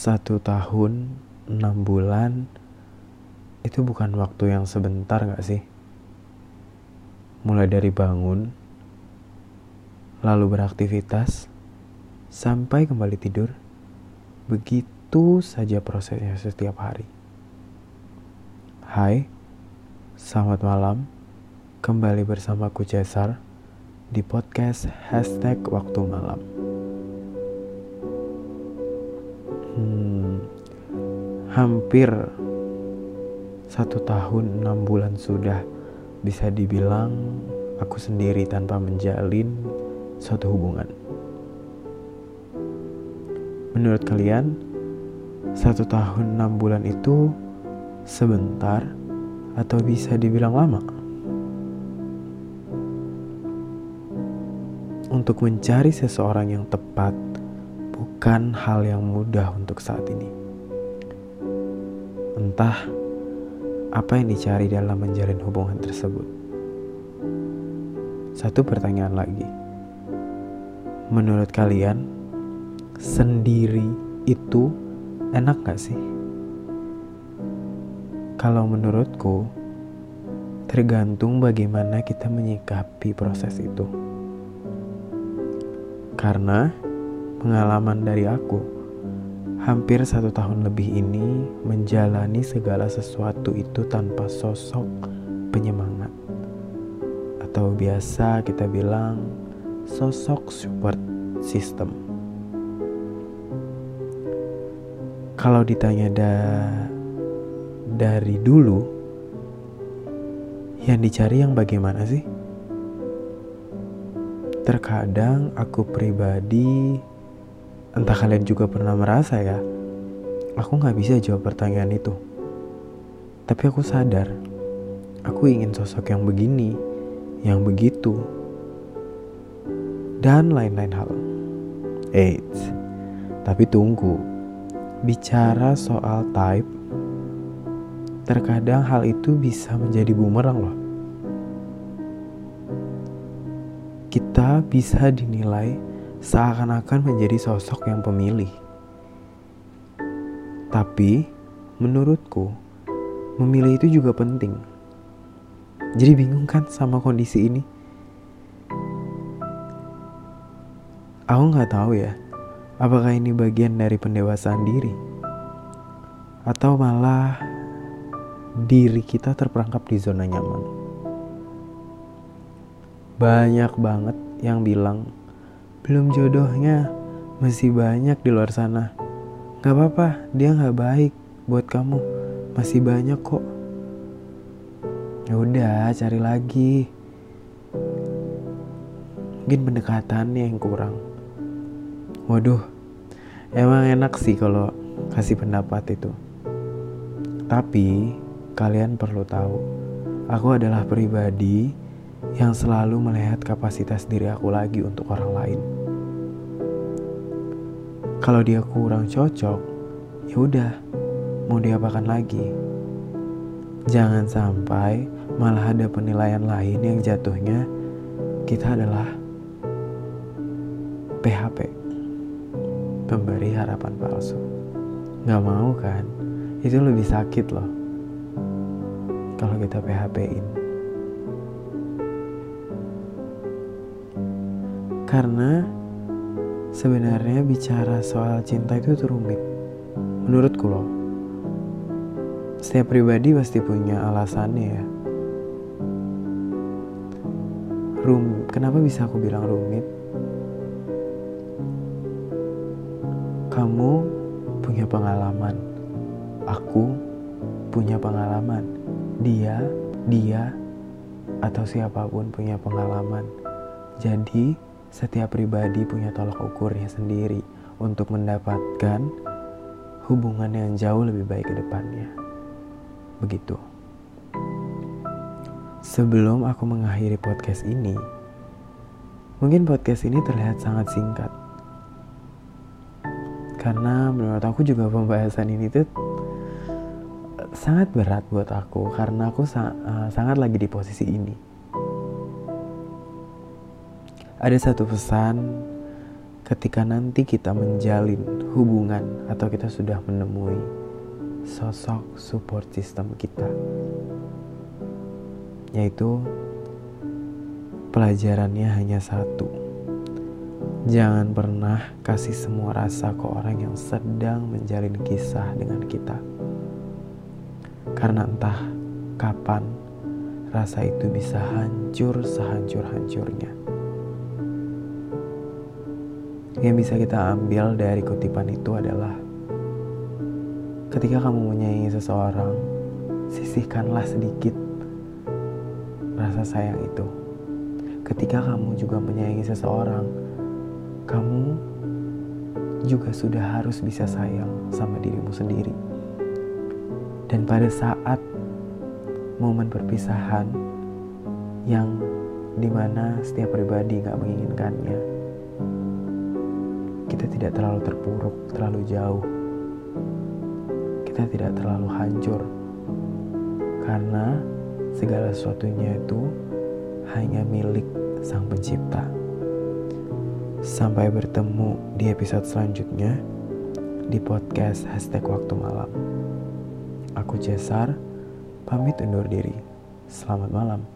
1 tahun, 6 bulan, itu bukan waktu yang sebentar gak sih? Mulai dari bangun, lalu beraktivitas, sampai kembali tidur, begitu saja prosesnya setiap hari. Hai, selamat malam, kembali bersamaku Cesar di podcast #waktu-malam. Hampir 1 tahun 6 bulan sudah bisa dibilang aku sendiri tanpa menjalin suatu hubungan. Menurut kalian 1 tahun 6 bulan itu sebentar atau bisa dibilang lama? Untuk mencari seseorang yang tepat bukan hal yang mudah untuk saat ini. Entah apa yang dicari dalam menjalin hubungan tersebut. Satu pertanyaan lagi. Menurut kalian, sendiri itu enak gak sih? Kalau menurutku, tergantung bagaimana kita menyikapi proses itu. Karena pengalaman dari aku, hampir 1 tahun lebih ini menjalani segala sesuatu itu tanpa sosok penyemangat. Atau biasa kita bilang sosok support system. Kalau ditanya dari dulu, yang dicari yang bagaimana sih? Terkadang aku pribadi, entah kalian juga pernah merasa ya, aku gak bisa jawab pertanyaan itu. Tapi aku sadar, aku ingin sosok yang begini, yang begitu, dan lain-lain hal. Eits, tapi tunggu, bicara soal type, terkadang hal itu bisa menjadi bumerang loh. Kita bisa dinilai seakan-akan menjadi sosok yang pemilih. Tapi menurutku, memilih itu juga penting. Jadi bingung kan sama kondisi ini? Aku gak tahu ya, apakah ini bagian dari pendewasaan diri? Atau malah diri kita terperangkap di zona nyaman? Banyak banget yang bilang, belum jodohnya, masih banyak di luar sana. Gak apa-apa, dia gak baik buat kamu, masih banyak kok. Ya udah, cari lagi. Mungkin pendekatannya yang kurang. Waduh, emang enak sih kalau kasih pendapat itu. Tapi kalian perlu tahu, aku adalah pribadi yang selalu melihat kapasitas diri aku lagi untuk orang lain. Kalau dia kurang cocok, ya udah, mau diapakan lagi? Jangan sampai malah ada penilaian lain yang jatuhnya kita adalah PHP, pemberi harapan palsu. Gak mau kan? Itu lebih sakit loh kalau kita PHP-in. Karena sebenarnya bicara soal cinta itu rumit. Menurutku loh. Setiap pribadi pasti punya alasannya ya. Kenapa bisa aku bilang rumit? Kamu punya pengalaman. Aku punya pengalaman. Dia, atau siapapun punya pengalaman. Jadi setiap pribadi punya tolak ukurnya sendiri untuk mendapatkan hubungan yang jauh lebih baik ke depannya. Begitu. Sebelum aku mengakhiri podcast ini, mungkin podcast ini terlihat sangat singkat. Karena menurut aku juga pembahasan ini tuh sangat berat buat aku. Karena aku sangat lagi di posisi ini. Ada satu pesan ketika nanti kita menjalin hubungan atau kita sudah menemui sosok support system kita, yaitu pelajarannya hanya satu: jangan pernah kasih semua rasa ke orang yang sedang menjalin kisah dengan kita, karena entah kapan rasa itu bisa hancur sehancur-hancurnya. Yang bisa kita ambil dari kutipan itu adalah, ketika kamu menyayangi seseorang, sisihkanlah sedikit rasa sayang itu. Ketika kamu juga menyayangi seseorang, kamu juga sudah harus bisa sayang sama dirimu sendiri. Dan pada saat momen perpisahan yang dimana setiap pribadi gak menginginkannya, kita tidak terlalu terpuruk, terlalu jauh. Kita tidak terlalu hancur, karena segala sesuatunya itu hanya milik Sang Pencipta. Sampai bertemu di episode selanjutnya di podcast #WaktuMalam. Aku Cesar, pamit undur diri. Selamat malam.